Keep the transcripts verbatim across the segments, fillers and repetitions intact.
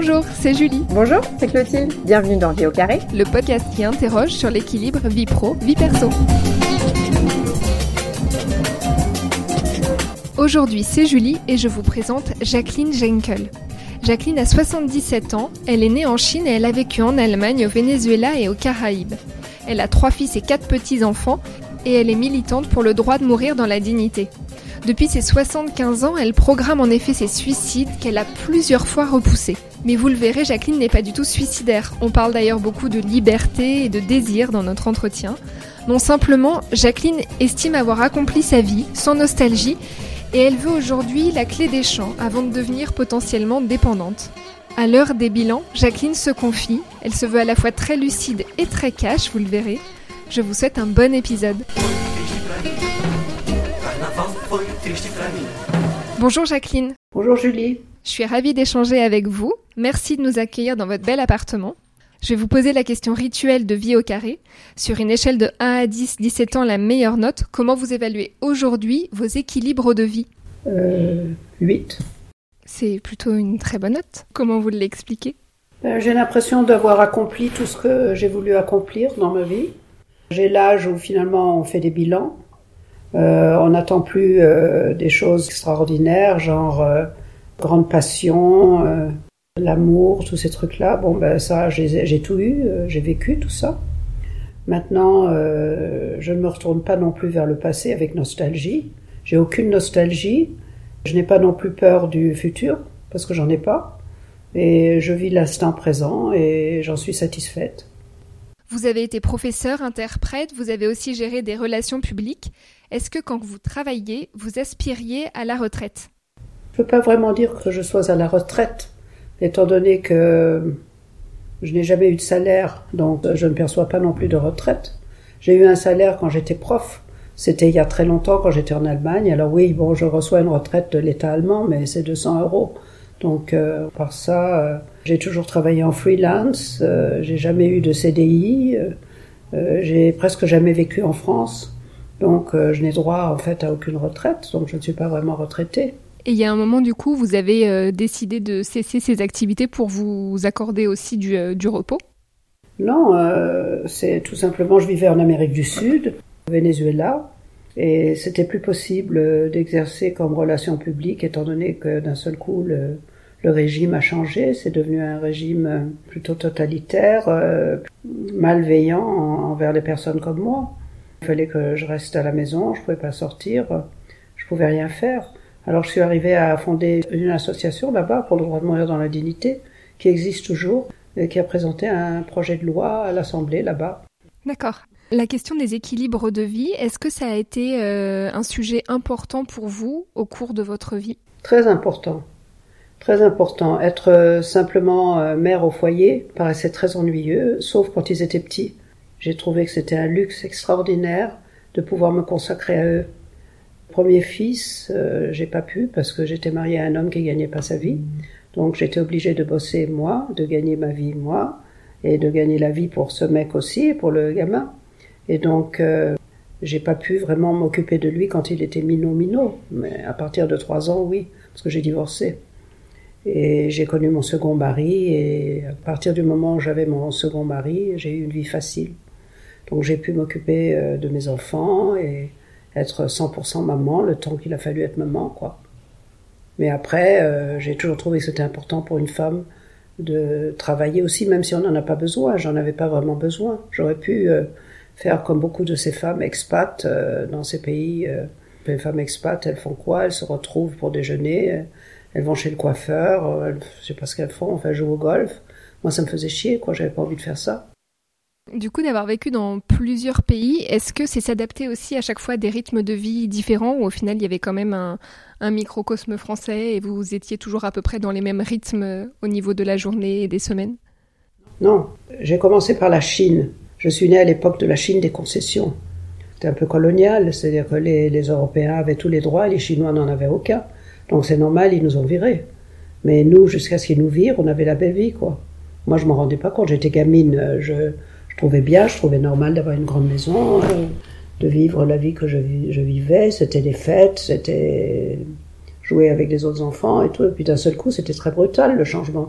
Bonjour, c'est Julie. Bonjour, c'est Clotilde. Bienvenue dans Vie au carré, le podcast qui interroge sur l'équilibre vie pro, vie perso. Aujourd'hui, c'est Julie et je vous présente Jacqueline Jenkel. Jacqueline a soixante-dix-sept ans, elle est née en Chine et elle a vécu en Allemagne, au Venezuela et aux Caraïbes. Elle a trois fils et quatre petits-enfants et elle est militante pour le droit de mourir dans la dignité. Depuis ses soixante-quinze ans, elle programme en effet ses suicides qu'elle a plusieurs fois repoussés. Mais vous le verrez, Jacqueline n'est pas du tout suicidaire. On parle d'ailleurs beaucoup de liberté et de désir dans notre entretien. Non, simplement, Jacqueline estime avoir accompli sa vie sans nostalgie et elle veut aujourd'hui la clé des champs avant de devenir potentiellement dépendante. À l'heure des bilans, Jacqueline se confie. Elle se veut à la fois très lucide et très cash, vous le verrez. Je vous souhaite un bon épisode. Bonjour Jacqueline. Bonjour Julie. Je suis ravie d'échanger avec vous. Merci de nous accueillir dans votre bel appartement. Je vais vous poser la question rituelle de Vie au carré. Sur une échelle de un à dix, dix étant la meilleure note, comment vous évaluez aujourd'hui vos équilibres de vie ? Euh, huit. C'est plutôt une très bonne note. Comment vous l'expliquez ? euh, J'ai l'impression d'avoir accompli tout ce que j'ai voulu accomplir dans ma vie. J'ai l'âge où finalement on fait des bilans. Euh, on n'attend plus euh, des choses extraordinaires, genre euh, grande passion, euh, l'amour, tous ces trucs-là. Bon, ben ça, j'ai, j'ai tout eu, euh, j'ai vécu tout ça. Maintenant, euh, je ne me retourne pas non plus vers le passé avec nostalgie. J'ai aucune nostalgie. Je n'ai pas non plus peur du futur, parce que j'en ai pas. Et je vis l'instant présent et j'en suis satisfaite. Vous avez été professeur, interprète, vous avez aussi géré des relations publiques. Est-ce que quand vous travailliez, vous aspiriez à la retraite ? Je ne peux pas vraiment dire que je sois à la retraite, étant donné que je n'ai jamais eu de salaire, donc je ne perçois pas non plus de retraite. J'ai eu un salaire quand j'étais prof, c'était il y a très longtemps quand j'étais en Allemagne. Alors oui, bon, je reçois une retraite de l'État allemand, mais c'est deux cents euros. Donc euh, par ça, euh, j'ai toujours travaillé en freelance, euh, j'ai jamais eu de C D I, euh, euh, j'ai presque jamais vécu en France. Donc euh, je n'ai droit en fait à aucune retraite, donc je ne suis pas vraiment retraitée. Et il y a un moment du coup, vous avez euh, décidé de cesser ces activités pour vous accorder aussi du, euh, du repos ? Non, euh, c'est tout simplement, je vivais en Amérique du Sud, au Venezuela, et c'était plus possible d'exercer comme relation publique étant donné que d'un seul coup le, le régime a changé, c'est devenu un régime plutôt totalitaire, euh, malveillant envers les personnes comme moi. Il fallait que je reste à la maison, je pouvais pas sortir, je pouvais rien faire. Alors je suis arrivée à fonder une association là-bas pour le droit de mourir dans la dignité, qui existe toujours, et qui a présenté un projet de loi à l'Assemblée là-bas. D'accord. La question des équilibres de vie, est-ce que ça a été euh, un sujet important pour vous au cours de votre vie ? Très important. Très important. Être simplement mère au foyer paraissait très ennuyeux, sauf quand ils étaient petits. J'ai trouvé que c'était un luxe extraordinaire de pouvoir me consacrer à eux. Premier fils, euh, j'ai pas pu parce que j'étais mariée à un homme qui gagnait pas sa vie. Donc j'étais obligée de bosser moi, de gagner ma vie moi, et de gagner la vie pour ce mec aussi, pour le gamin. Et donc, euh, j'ai pas pu vraiment m'occuper de lui quand il était minot-minot. Mais à partir de trois ans, oui, parce que j'ai divorcé. Et j'ai connu mon second mari, et à partir du moment où j'avais mon second mari, j'ai eu une vie facile. Donc j'ai pu m'occuper euh, de mes enfants et être cent pour cent maman, le temps qu'il a fallu être maman, quoi. Mais après, euh, j'ai toujours trouvé que c'était important pour une femme de travailler aussi, même si on n'en a pas besoin. J'en avais pas vraiment besoin. J'aurais pu... Euh, faire comme beaucoup de ces femmes expats euh, dans ces pays. Euh, les femmes expats, elles font quoi ? Elles se retrouvent pour déjeuner, euh, elles vont chez le coiffeur, euh, elles, je sais pas ce qu'elles font, enfin, elles jouent au golf. Moi, ça me faisait chier, quoi, j'avais pas envie de faire ça. Du coup, d'avoir vécu dans plusieurs pays, est-ce que c'est s'adapter aussi à chaque fois à des rythmes de vie différents ou au final, il y avait quand même un, un microcosme français et vous étiez toujours à peu près dans les mêmes rythmes au niveau de la journée et des semaines ? Non, j'ai commencé par la Chine. Je suis née à l'époque de la Chine des concessions. C'était un peu colonial, c'est-à-dire que les, les Européens avaient tous les droits et les Chinois n'en avaient aucun. Donc c'est normal, ils nous ont virés. Mais nous, jusqu'à ce qu'ils nous virent, on avait la belle vie, quoi. Moi, je m'en rendais pas compte, j'étais gamine, je, je trouvais bien, je trouvais normal d'avoir une grande maison, de vivre la vie que je, je vivais, c'était des fêtes, c'était jouer avec les autres enfants et tout. Et puis d'un seul coup, c'était très brutal, le changement.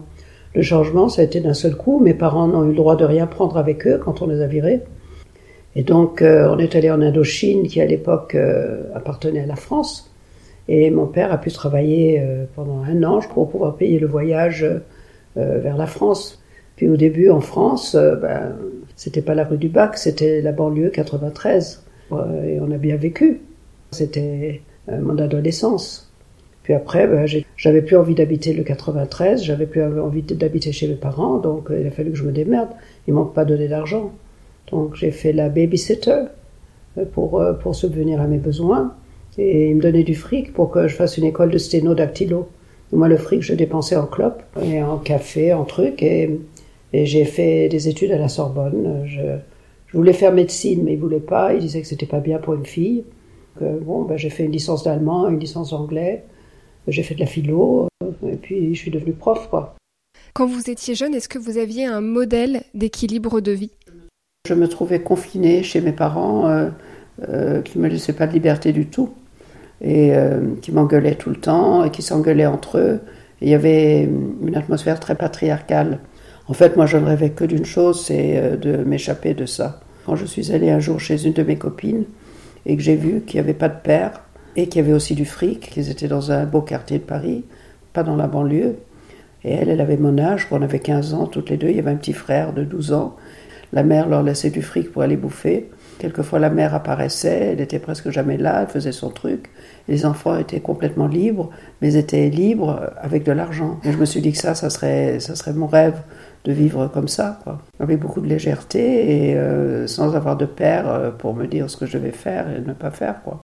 Le changement, ça a été d'un seul coup. Mes parents n'ont eu le droit de rien prendre avec eux quand on les a virés. Et donc, euh, on est allé en Indochine, qui à l'époque euh, appartenait à la France. Et mon père a pu travailler euh, pendant un an pour pouvoir payer le voyage euh, vers la France. Puis au début, en France, euh, ben, c'était pas la rue du Bac, c'était la banlieue quatre-vingt-treize. Euh, et on a bien vécu. C'était euh, mon adolescence. Puis après, ben, j'ai, j'avais plus envie d'habiter le quatre-vingt-treize, j'avais plus envie d'habiter chez mes parents, donc euh, il a fallu que je me démerde. Ils m'ont pas donné d'argent. Donc j'ai fait la babysitter pour, pour subvenir à mes besoins. Et ils me donnaient du fric pour que je fasse une école de sténo-dactylo. Moi, le fric, je dépensais en clopes et en café, en trucs. Et, et j'ai fait des études à la Sorbonne. Je, je voulais faire médecine, mais ils ne voulaient pas. Ils disaient que c'était pas bien pour une fille. Que, bon, ben, j'ai fait une licence d'allemand, une licence d'anglais. J'ai fait de la philo. Et puis, je suis devenue prof, quoi. Quand vous étiez jeune, est-ce que vous aviez un modèle d'équilibre de vie ? Je me trouvais confinée chez mes parents, euh, euh, qui ne me laissaient pas de liberté du tout, et euh, qui m'engueulaient tout le temps, et qui s'engueulaient entre eux. Et il y avait une atmosphère très patriarcale. En fait, moi, je ne rêvais que d'une chose, c'est euh, de m'échapper de ça. Quand je suis allée un jour chez une de mes copines, et que j'ai vu qu'il n'y avait pas de père, et qu'il y avait aussi du fric, qu'ils étaient dans un beau quartier de Paris, pas dans la banlieue, et elle, elle avait mon âge, on avait quinze ans, toutes les deux, il y avait un petit frère de douze ans. La mère leur laissait du fric pour aller bouffer. Quelquefois, la mère apparaissait, elle était presque jamais là, elle faisait son truc. Les enfants étaient complètement libres, mais ils étaient libres avec de l'argent. Et je me suis dit que ça, ça serait, ça serait mon rêve de vivre comme ça, quoi. Avec beaucoup de légèreté et euh, sans avoir de père pour me dire ce que je devais faire et ne pas faire, quoi.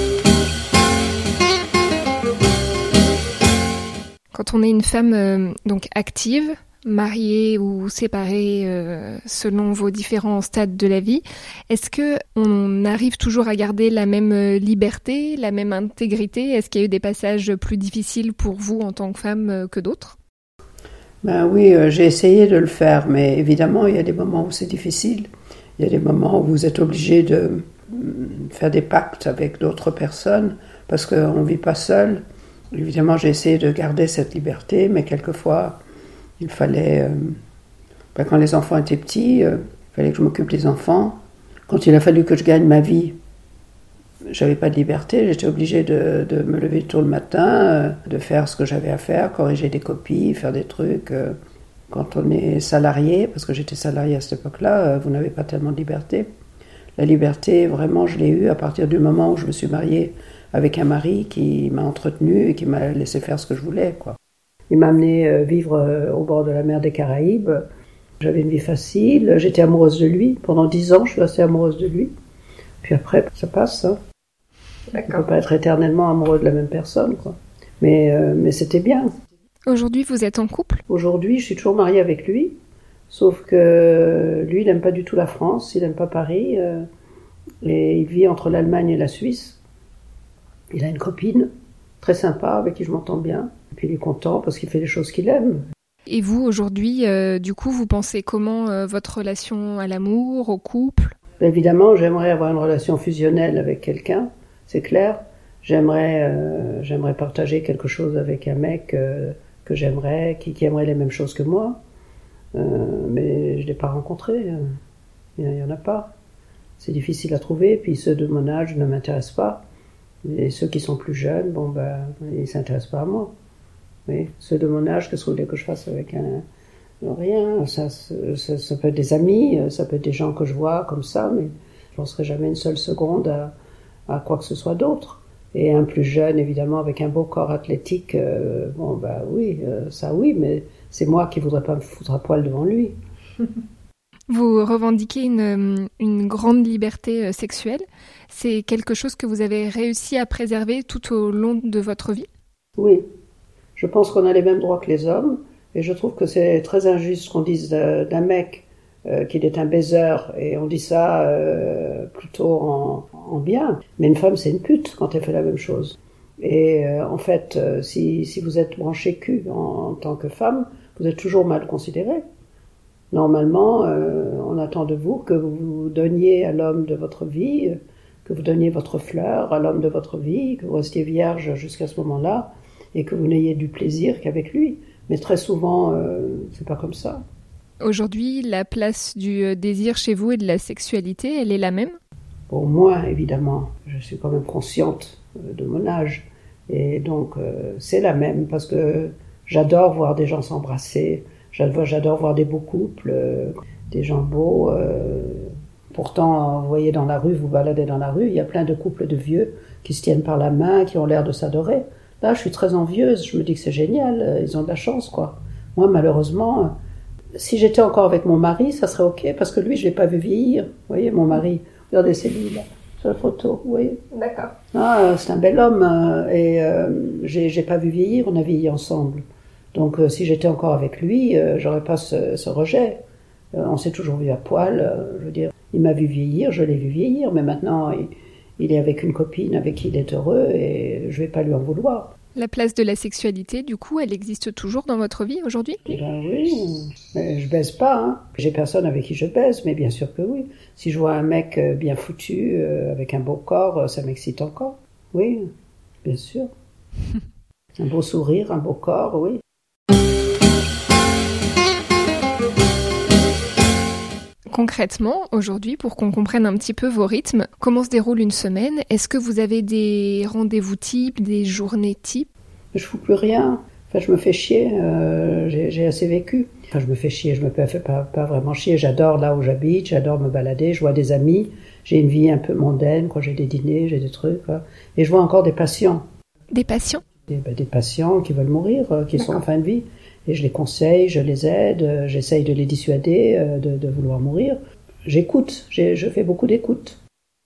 Quand on est une femme euh, donc active, mariée ou séparée euh, selon vos différents stades de la vie, est-ce que on arrive toujours à garder la même liberté, la même intégrité ? Est-ce qu'il y a eu des passages plus difficiles pour vous en tant que femme euh, que d'autres ? Ben oui, euh, j'ai essayé de le faire, mais évidemment, il y a des moments où c'est difficile. Il y a des moments où vous êtes obligé de faire des pactes avec d'autres personnes, parce qu'on ne vit pas seul. Évidemment, j'ai essayé de garder cette liberté, mais quelquefois, il fallait... Euh, ben quand les enfants étaient petits, euh, il fallait que je m'occupe des enfants. Quand il a fallu que je gagne ma vie, j'avais pas de liberté, j'étais obligée de, de me lever tôt le matin, euh, de faire ce que j'avais à faire, corriger des copies, faire des trucs. Euh, quand on est salarié, parce que j'étais salariée à cette époque-là, euh, vous n'avez pas tellement de liberté. La liberté, vraiment, je l'ai eue à partir du moment où je me suis mariée avec un mari qui m'a entretenue et qui m'a laissé faire ce que je voulais, quoi. Il m'a amené euh, vivre euh, au bord de la mer des Caraïbes. J'avais une vie facile, j'étais amoureuse de lui. Pendant dix ans, je suis restée amoureuse de lui. Puis après, ça passe, hein. D'accord. On ne peut pas être éternellement amoureux de la même personne, quoi. Mais, euh, mais c'était bien. Aujourd'hui, vous êtes en couple ? Aujourd'hui, je suis toujours mariée avec lui. Sauf que lui, il n'aime pas du tout la France, il n'aime pas Paris. Euh, et il vit entre l'Allemagne et la Suisse. Il a une copine très sympa avec qui je m'entends bien. Et puis il est content parce qu'il fait les choses qu'il aime. Et vous, aujourd'hui, euh, du coup, vous pensez comment euh, votre relation à l'amour, au couple ? Évidemment, j'aimerais avoir une relation fusionnelle avec quelqu'un, c'est clair. J'aimerais, euh, j'aimerais partager quelque chose avec un mec euh, que j'aimerais, qui, qui aimerait les mêmes choses que moi. Euh, mais je ne l'ai pas rencontré. Il n'y en a pas. C'est difficile à trouver. Puis ceux de mon âge ne m'intéressent pas. Et ceux qui sont plus jeunes, bon ben, ils ne s'intéressent pas à moi. Oui, ceux de mon âge, qu'est-ce que vous voulez que je fasse avec un... Rien, ça, ça, ça peut être des amis, ça peut être des gens que je vois comme ça, mais je ne penserai jamais une seule seconde à, à quoi que ce soit d'autre. Et un plus jeune, évidemment, avec un beau corps athlétique, euh, bon ben oui, euh, ça oui, mais c'est moi qui ne voudrais pas me foutre à poil devant lui. Vous revendiquez une, une grande liberté sexuelle. C'est quelque chose que vous avez réussi à préserver tout au long de votre vie ? Oui. Je pense qu'on a les mêmes droits que les hommes. Et je trouve que c'est très injuste qu'on dise d'un mec euh, qu'il est un baiser. Et on dit ça euh, plutôt en, en bien. Mais une femme, c'est une pute quand elle fait la même chose. Et euh, en fait, euh, si, si vous êtes branché cul en, en tant que femme, vous êtes toujours mal considéré. Normalement, euh, on attend de vous que vous donniez à l'homme de votre vie, que vous donniez votre fleur à l'homme de votre vie, que vous restiez vierge jusqu'à ce moment-là, et que vous n'ayez du plaisir qu'avec lui. Mais très souvent, euh, c'est pas comme ça. Aujourd'hui, la place du désir chez vous et de la sexualité, elle est la même ? Pour moi, évidemment, je suis quand même consciente de mon âge. Et donc, euh, c'est la même, parce que j'adore voir des gens s'embrasser, j'adore, j'adore voir des beaux couples, euh, des gens beaux. Euh, pourtant, vous voyez dans la rue, vous baladez dans la rue, il y a plein de couples de vieux qui se tiennent par la main, qui ont l'air de s'adorer. Là, je suis très envieuse, je me dis que c'est génial, ils ont de la chance, quoi. Moi, malheureusement, si j'étais encore avec mon mari, ça serait ok, parce que lui, je l'ai pas vu vieillir. Vous voyez, mon mari, regardez, c'est lui, là, sur la photo, vous voyez. D'accord. Ah, c'est un bel homme, euh, et euh, j'ai, j'ai pas vu vieillir, on a vieilli ensemble. Donc, euh, si j'étais encore avec lui, euh, j'aurais pas ce, ce rejet. Euh, on s'est toujours vu à poil, euh, je veux dire, il m'a vu vieillir, je l'ai vu vieillir, mais maintenant, il, il est avec une copine avec qui il est heureux, et je vais pas lui en vouloir. La place de la sexualité, du coup, elle existe toujours dans votre vie aujourd'hui ? Eh ben oui, mais je baise pas, hein. J'ai personne avec qui je baise, mais bien sûr que oui. Si je vois un mec bien foutu, euh, avec un beau corps, ça m'excite encore. Oui, bien sûr. Un beau sourire, un beau corps, oui. Concrètement, aujourd'hui, pour qu'on comprenne un petit peu vos rythmes, comment se déroule une semaine ? Est-ce que vous avez des rendez-vous types, des journées types ? Je fous plus rien. Enfin, je me fais chier. Euh, j'ai, j'ai assez vécu. Enfin, je me fais chier. Je me fais pas, pas vraiment chier. J'adore là où j'habite. J'adore me balader. Je vois des amis. J'ai une vie un peu mondaine. Quand j'ai des dîners, j'ai des trucs. Quoi. Et je vois encore des patients. Des patients ? Des, ben, des patients qui veulent mourir, euh, qui D'accord. sont en fin de vie. Et je les conseille, je les aide, euh, j'essaye de les dissuader euh, de, de vouloir mourir. J'écoute, j'ai, je fais beaucoup d'écoute.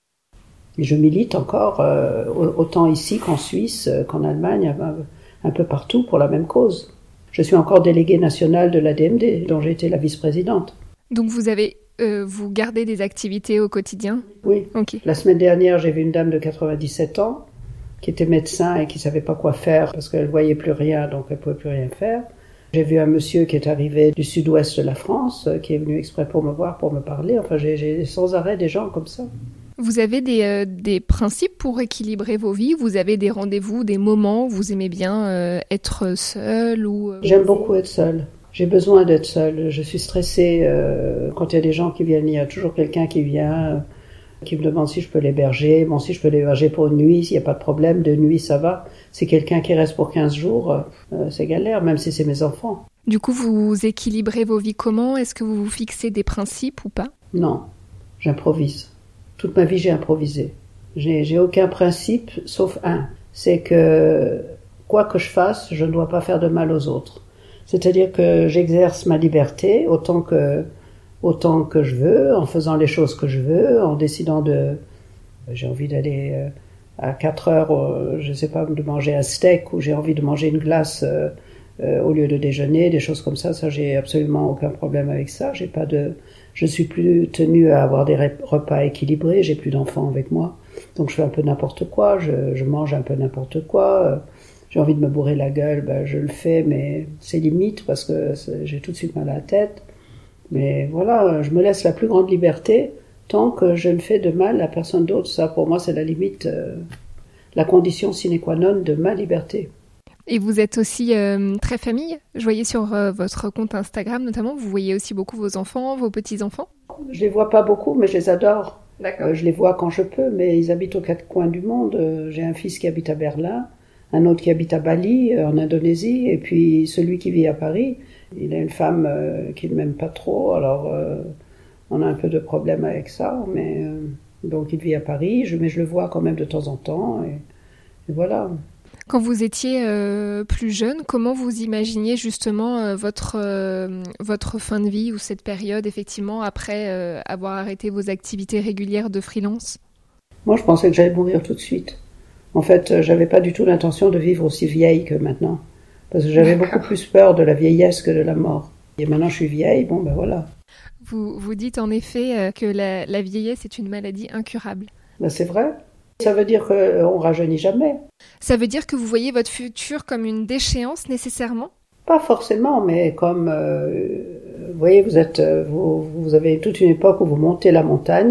Et je milite encore, euh, autant ici qu'en Suisse, euh, qu'en Allemagne, un, un peu partout pour la même cause. Je suis encore déléguée nationale de l'A D M D, dont j'ai été la vice-présidente. Donc vous avez, euh, vous gardez des activités au quotidien ? Oui. Okay. La semaine dernière, j'ai vu une dame de quatre-vingt-dix-sept ans, qui était médecin et qui savait pas quoi faire, parce qu'elle voyait plus rien, donc elle pouvait plus rien faire. J'ai vu un monsieur qui est arrivé du sud-ouest de la France, qui est venu exprès pour me voir, pour me parler. Enfin, j'ai, j'ai sans arrêt des gens comme ça. Vous avez des, euh, des principes pour équilibrer vos vies ? Vous avez des rendez-vous, des moments où vous aimez bien euh, être seul ou... Euh, J'aime beaucoup être seule. J'ai besoin d'être seule. Je suis stressée. Euh, quand il y a des gens qui viennent, il y a toujours quelqu'un qui vient, euh, qui me demande si je peux l'héberger. Bon, si je peux l'héberger pour une nuit, s'il n'y a pas de problème, de nuit, ça va. Si quelqu'un qui reste pour quinze jours, euh, c'est galère, même si c'est mes enfants. Du coup, vous équilibrez vos vies comment ? Est-ce que vous vous fixez des principes ou pas ? Non, j'improvise. Toute ma vie, j'ai improvisé. J'ai, j'ai aucun principe, sauf un. C'est que, quoi que je fasse, je ne dois pas faire de mal aux autres. C'est-à-dire que j'exerce ma liberté autant que, autant que je veux, en faisant les choses que je veux, en décidant de... J'ai envie d'aller... Euh, à quatre heures, euh, je sais pas, de manger un steak ou j'ai envie de manger une glace euh, euh, au lieu de déjeuner, des choses comme ça, ça j'ai absolument aucun problème avec ça. J'ai pas de, je suis plus tenue à avoir des repas équilibrés, j'ai plus d'enfants avec moi, donc je fais un peu n'importe quoi, je, je mange un peu n'importe quoi. Euh, j'ai envie de me bourrer la gueule, ben je le fais, mais c'est limite parce que c'est, j'ai tout de suite mal à la tête. Mais voilà, je me laisse la plus grande liberté. Tant que je ne fais de mal à personne d'autre, ça pour moi c'est la limite, euh, la condition sine qua non de ma liberté. Et vous êtes aussi euh, très famille ? Je voyais sur euh, votre compte Instagram notamment, vous voyez aussi beaucoup vos enfants, vos petits-enfants ? Je les vois pas beaucoup, mais je les adore. D'accord. Euh, je les vois quand je peux, mais ils habitent aux quatre coins du monde. Euh, j'ai un fils qui habite à Berlin, un autre qui habite à Bali, euh, en Indonésie, et puis celui qui vit à Paris. Il a une femme euh, qui ne m'aime pas trop, alors... Euh, on a un peu de problème avec ça, mais euh, donc il vit à Paris, je, mais je le vois quand même de temps en temps, et, et voilà. Quand vous étiez euh, plus jeune, comment vous imaginiez justement euh, votre, euh, votre fin de vie ou cette période, effectivement, après euh, avoir arrêté vos activités régulières de freelance ? Moi, je pensais que j'allais mourir tout de suite. En fait, j'avais pas du tout l'intention de vivre aussi vieille que maintenant, parce que j'avais D'accord. beaucoup plus peur de la vieillesse que de la mort. Et maintenant, je suis vieille, bon ben voilà. Vous, vous dites en effet euh, que la, la vieillesse est une maladie incurable. Ben c'est vrai. Ça veut dire qu'on ne rajeunit jamais. Ça veut dire que vous voyez votre futur comme une déchéance nécessairement ? Pas forcément, mais comme, euh, vous voyez, vous, êtes, vous, vous avez toute une époque où vous montez la montagne,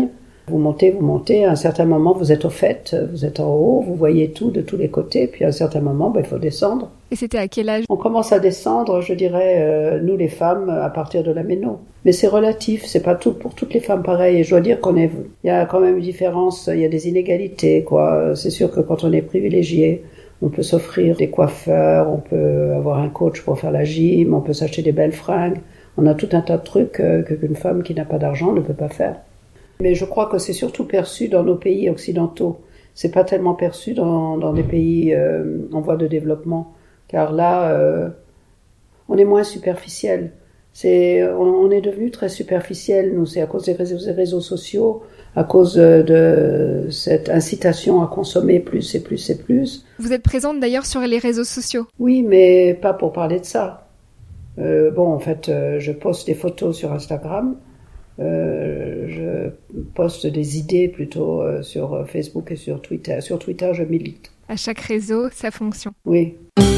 Vous montez, vous montez, à un certain moment vous êtes au fait, vous êtes en haut, vous voyez tout de tous les côtés, puis à un certain moment ben, il faut descendre. Et c'était à quel âge ? On commence à descendre, je dirais, euh, nous les femmes, à partir de la méno. Mais c'est relatif, c'est pas tout pour toutes les femmes pareil, et je dois dire qu'on est, il y a quand même une différence, il y a des inégalités, quoi. C'est sûr que quand on est privilégié, on peut s'offrir des coiffeurs, on peut avoir un coach pour faire la gym, on peut s'acheter des belles fringues. On a tout un tas de trucs euh, qu'une femme qui n'a pas d'argent ne peut pas faire. Mais je crois que c'est surtout perçu dans nos pays occidentaux. C'est pas tellement perçu dans, dans des pays euh, en voie de développement. Car là, euh, on est moins superficiel. C'est, on, on est devenu très superficiel, nous. C'est à cause des réseaux, des réseaux sociaux, à cause de, de cette incitation à consommer plus et plus et plus. Vous êtes présente d'ailleurs sur les réseaux sociaux ? Oui, mais pas pour parler de ça. Euh, bon, en fait, euh, je poste des photos sur Instagram. Euh, je poste des idées plutôt euh, sur Facebook et sur Twitter. Sur Twitter, je milite. À chaque réseau, sa fonction. Oui.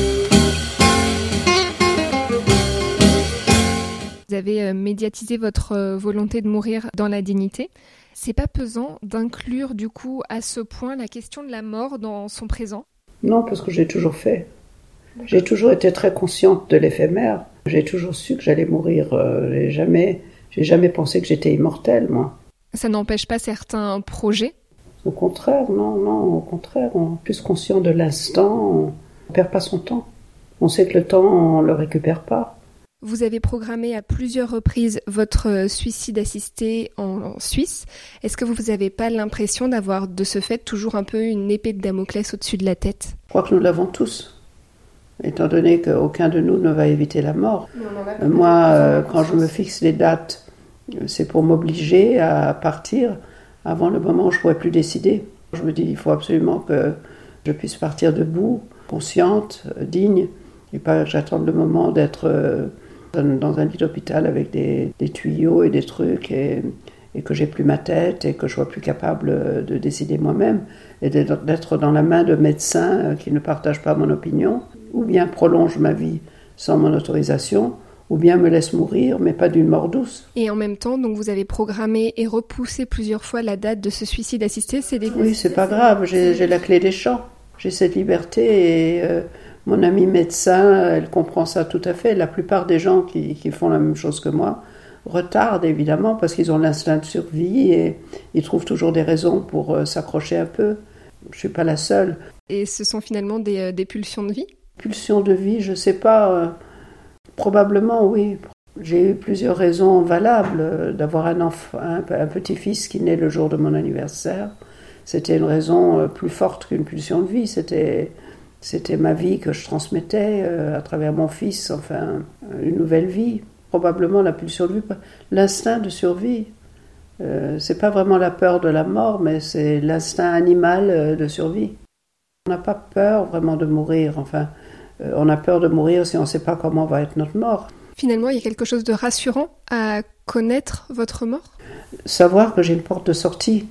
Vous avez euh, médiatisé votre euh, volonté de mourir dans la dignité. C'est pas pesant d'inclure du coup à ce point la question de la mort dans son présent ? Non, parce que j'ai toujours fait. J'ai toujours été très consciente de l'éphémère. J'ai toujours su que j'allais mourir. Euh, j'ai jamais... J'ai jamais pensé que j'étais immortelle, moi. Ça n'empêche pas certains projets ? Au contraire, non, non, au contraire. On est plus conscient de l'instant, on ne perd pas son temps. On sait que le temps, on ne le récupère pas. Vous avez programmé à plusieurs reprises votre suicide assisté en, en Suisse. Est-ce que vous n'avez pas l'impression d'avoir de ce fait toujours un peu une épée de Damoclès au-dessus de la tête ? Je crois que nous l'avons tous. Étant donné qu'aucun de nous ne va éviter la mort. Euh, moi, euh, quand je me fixe les dates, c'est pour m'obliger à partir avant le moment où je ne pourrais plus décider. Je me dis, il faut absolument que je puisse partir debout, consciente, digne, et pas que j'attende le moment d'être euh, dans un lit d'hôpital avec des, des tuyaux et des trucs, et, et que j'ai plus ma tête, et que je sois plus capable de décider moi-même, et d'être dans la main de médecins qui ne partagent pas mon opinion, ou bien prolonge ma vie sans mon autorisation, ou bien me laisse mourir, mais pas d'une mort douce. Et en même temps, donc vous avez programmé et repoussé plusieurs fois la date de ce suicide assisté. C'est des... Oui, c'est pas grave, j'ai, j'ai la clé des champs. J'ai cette liberté et euh, mon amie médecin, elle comprend ça tout à fait. La plupart des gens qui, qui font la même chose que moi retardent évidemment parce qu'ils ont l'instinct de survie et ils trouvent toujours des raisons pour euh, s'accrocher un peu. Je suis pas la seule. Et ce sont finalement des, euh, des pulsions de vie ? Pulsions de vie, je sais pas... Euh, Probablement, oui. J'ai eu plusieurs raisons valables d'avoir un, enfant, un, un petit-fils qui naît le jour de mon anniversaire. C'était une raison plus forte qu'une pulsion de vie. C'était, c'était ma vie que je transmettais euh, à travers mon fils, enfin, une nouvelle vie. Probablement la pulsion de vie, l'instinct de survie. Euh, c'est pas vraiment la peur de la mort, mais c'est l'instinct animal de survie. On n'a pas peur vraiment de mourir, enfin... On a peur de mourir si on ne sait pas comment va être notre mort. Finalement, il y a quelque chose de rassurant à connaître votre mort ? Savoir que j'ai une porte de sortie,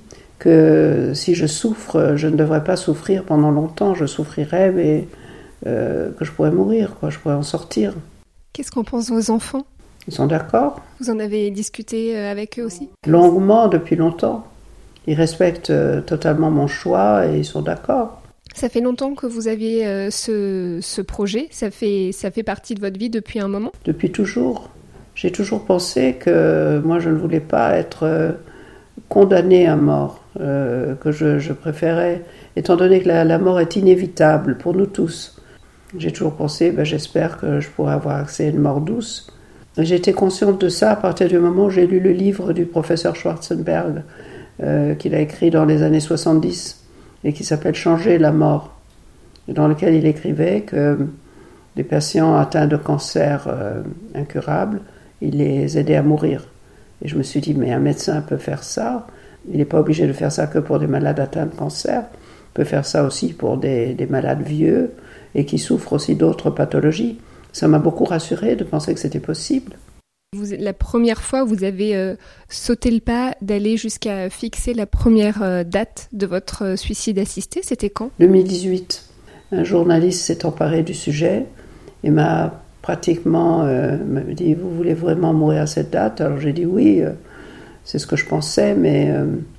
que si je souffre, je ne devrais pas souffrir pendant longtemps, je souffrirais, mais euh, que je pourrais mourir, quoi, je pourrais en sortir. Qu'est-ce qu'en pensent vos enfants ? Ils sont d'accord ? Vous en avez discuté avec eux aussi ? Longuement, depuis longtemps. Ils respectent totalement mon choix et ils sont d'accord. Ça fait longtemps que vous aviez euh, ce, ce projet, ça fait, ça fait partie de votre vie depuis un moment ? Depuis toujours. J'ai toujours pensé que moi je ne voulais pas être euh, condamnée à mort, euh, que je, je préférais, étant donné que la, la mort est inévitable pour nous tous. J'ai toujours pensé, ben, j'espère que je pourrai avoir accès à une mort douce. J'ai été consciente de ça à partir du moment où j'ai lu le livre du professeur Schwarzenberg, euh, qu'il a écrit dans les années soixante-dix. Et qui s'appelle « Changer la mort », et dans lequel il écrivait que des patients atteints de cancer euh, incurable, il les aidait à mourir. Et je me suis dit, mais un médecin peut faire ça, il n'est pas obligé de faire ça que pour des malades atteints de cancer, il peut faire ça aussi pour des, des malades vieux et qui souffrent aussi d'autres pathologies. Ça m'a beaucoup rassurée de penser que c'était possible. Vous, la première fois, vous avez euh, sauté le pas d'aller jusqu'à fixer la première euh, date de votre euh, suicide assisté. C'était quand ? deux mille dix-huit. Un journaliste s'est emparé du sujet et m'a pratiquement euh, m'a dit « Vous voulez vraiment mourir à cette date ?» Alors j'ai dit « Oui, euh, c'est ce que je pensais, mais euh,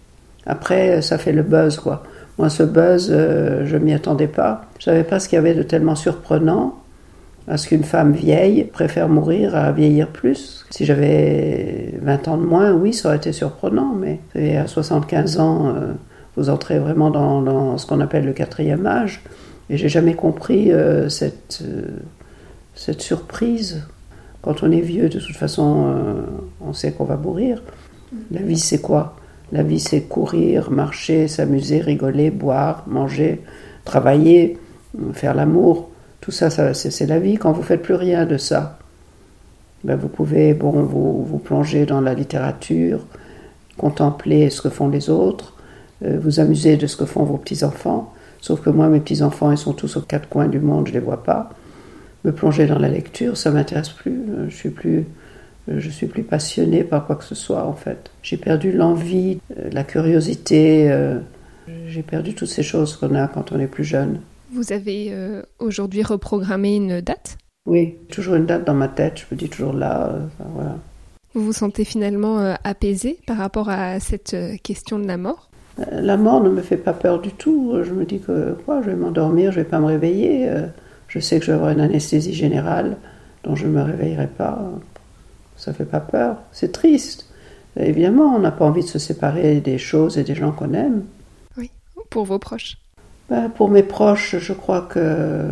Après, ça fait le buzz, quoi. Moi, ce buzz, euh, je m'y attendais pas. Je savais pas ce qu'il y avait de tellement surprenant à ce qu'une femme vieille préfère mourir à vieillir plus. Si j'avais vingt ans de moins, oui, ça aurait été surprenant, mais et à soixante-quinze ans, euh, vous entrez vraiment dans, dans ce qu'on appelle le quatrième âge. Et j'ai jamais compris euh, cette, euh, cette surprise. Quand on est vieux, de toute façon, euh, on sait qu'on va mourir. La vie, c'est quoi ? La vie, c'est courir, marcher, s'amuser, rigoler, boire, manger, travailler, faire l'amour. Tout ça, ça c'est, c'est la vie. Quand vous ne faites plus rien de ça, ben vous pouvez bon, vous, vous plonger dans la littérature, contempler ce que font les autres, euh, vous amuser de ce que font vos petits-enfants. Sauf que moi, mes petits-enfants, ils sont tous aux quatre coins du monde, je ne les vois pas. Me plonger dans la lecture, ça ne m'intéresse plus. Je suis plus, je suis plus passionnée par quoi que ce soit, en fait. J'ai perdu l'envie, la curiosité. Euh, j'ai perdu toutes ces choses qu'on a quand on est plus jeune. Vous avez euh, aujourd'hui reprogrammé une date ? Oui, toujours une date dans ma tête, je me dis toujours là, euh, enfin, voilà. Vous vous sentez finalement euh, apaisé par rapport à cette euh, question de la mort ? euh, La mort ne me fait pas peur du tout. Je me dis que quoi, je vais m'endormir, je ne vais pas me réveiller. Euh, je sais que je vais avoir une anesthésie générale dont je ne me réveillerai pas. Ça ne fait pas peur. C'est triste. Et évidemment, on n'a pas envie de se séparer des choses et des gens qu'on aime. Oui, pour vos proches. Ben, pour mes proches, je crois que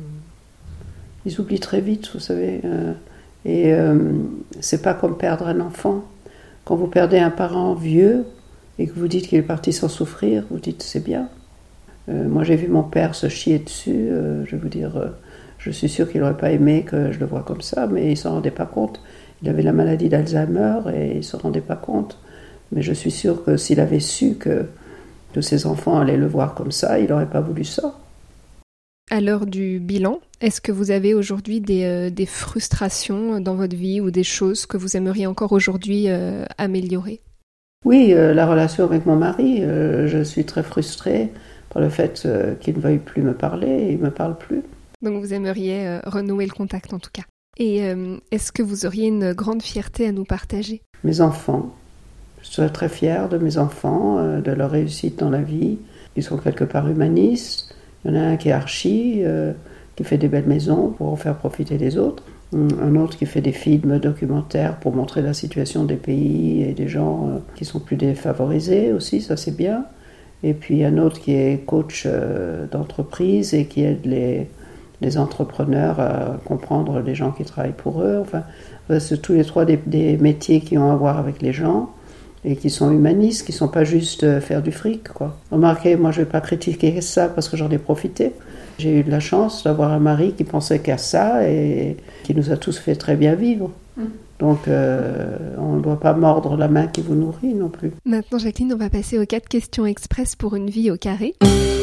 ils oublient très vite, vous savez. Euh, et euh, c'est pas comme perdre un enfant. Quand vous perdez un parent vieux et que vous dites qu'il est parti sans souffrir, vous dites c'est bien. Euh, moi, j'ai vu mon père se chier dessus. Euh, je vais vous dire, euh, je suis sûre qu'il n'aurait pas aimé que je le voie comme ça, mais il s'en rendait pas compte. Il avait la maladie d'Alzheimer et il se rendait pas compte. Mais je suis sûre que s'il avait su que de ses enfants allaient le voir comme ça, il n'aurait pas voulu ça. À l'heure du bilan, est-ce que vous avez aujourd'hui des, euh, des frustrations dans votre vie ou des choses que vous aimeriez encore aujourd'hui euh, améliorer ? Oui, euh, la relation avec mon mari, euh, je suis très frustrée par le fait euh, qu'il ne veuille plus me parler, il ne me parle plus. Donc vous aimeriez euh, renouer le contact en tout cas. Et euh, est-ce que vous auriez une grande fierté à nous partager ? Mes enfants. Je suis très fière de mes enfants, euh, de leur réussite dans la vie. Ils sont quelque part humanistes. Il y en a un qui est archi, euh, qui fait des belles maisons pour en faire profiter les autres. Un autre qui fait des films documentaires pour montrer la situation des pays et des gens euh, qui sont plus défavorisés aussi, ça c'est bien. Et puis un autre qui est coach euh, d'entreprise et qui aide les, les entrepreneurs à comprendre les gens qui travaillent pour eux. Enfin, c'est tous les trois des, des métiers qui ont à voir avec les gens et qui sont humanistes, qui ne sont pas juste faire du fric, quoi. Remarquez, moi je ne vais pas critiquer ça parce que j'en ai profité. J'ai eu de la chance d'avoir un mari qui pensait qu'à ça et qui nous a tous fait très bien vivre. Mmh. Donc euh, on ne doit pas mordre la main qui vous nourrit non plus. Maintenant Jacqueline, on va passer aux quatre questions express pour une vie au carré.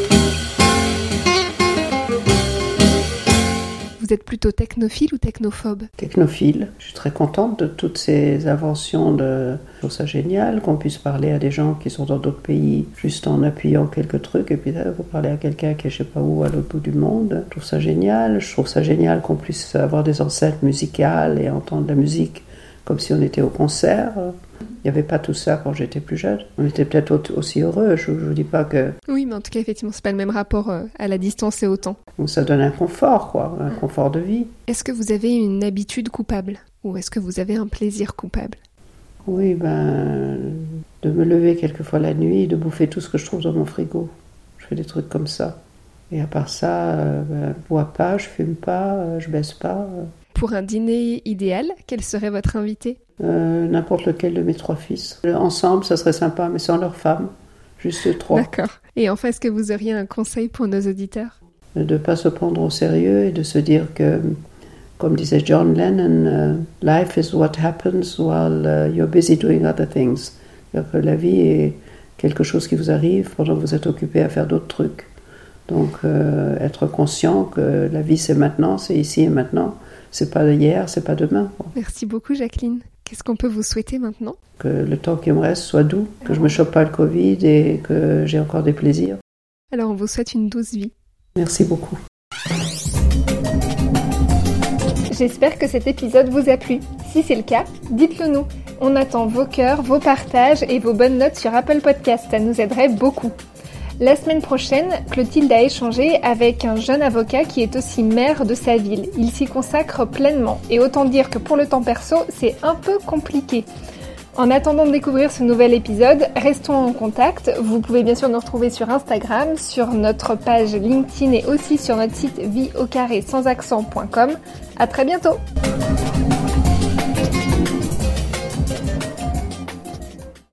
Vous êtes plutôt technophile ou technophobe ? Technophile. Je suis très contente de toutes ces inventions. De... Je trouve ça génial qu'on puisse parler à des gens qui sont dans d'autres pays juste en appuyant quelques trucs et puis là, vous parlez à quelqu'un qui est je sais pas où à l'autre bout du monde. Je trouve ça génial. Je trouve ça génial qu'on puisse avoir des enceintes musicales et entendre la musique comme si on était au concert. Il n'y avait pas tout ça quand j'étais plus jeune. On était peut-être aussi heureux, je ne vous dis pas que... Oui, mais en tout cas, effectivement, c'est pas le même rapport à la distance et au temps. Donc ça donne un confort, quoi, un confort de vie. Est-ce que vous avez une habitude coupable ? Ou est-ce que vous avez un plaisir coupable ? Oui, ben... de me lever quelquefois la nuit et de bouffer tout ce que je trouve dans mon frigo. Je fais des trucs comme ça. Et à part ça, euh, ben, je ne bois pas, je fume pas, euh, je baisse pas... Euh. Pour un dîner idéal, quel serait votre invité ? Euh, n'importe lequel de mes trois fils. Ensemble, ça serait sympa, mais sans leurs femmes. Juste trois. D'accord. Et enfin, est-ce que vous auriez un conseil pour nos auditeurs ? De ne pas se prendre au sérieux et de se dire que, comme disait John Lennon, uh, « Life is what happens while uh, you're busy doing other things ». C'est-à-dire que la vie est quelque chose qui vous arrive pendant que vous êtes occupé à faire d'autres trucs. Donc, euh, être conscient que la vie, c'est maintenant, c'est ici et maintenant. C'est pas hier, c'est pas demain. Merci beaucoup Jacqueline. Qu'est-ce qu'on peut vous souhaiter maintenant ? Que le temps qui me reste soit doux, que je me chope pas le Covid et que j'ai encore des plaisirs. Alors on vous souhaite une douce vie. Merci beaucoup. J'espère que cet épisode vous a plu. Si c'est le cas, dites-le nous. On attend vos cœurs, vos partages et vos bonnes notes sur Apple Podcast, ça nous aiderait beaucoup. La semaine prochaine, Clotilde a échangé avec un jeune avocat qui est aussi maire de sa ville. Il s'y consacre pleinement et autant dire que pour le temps perso, c'est un peu compliqué. En attendant de découvrir ce nouvel épisode, restons en contact. Vous pouvez bien sûr nous retrouver sur Instagram, sur notre page LinkedIn et aussi sur notre site vie au carré sans accent point com. À très bientôt!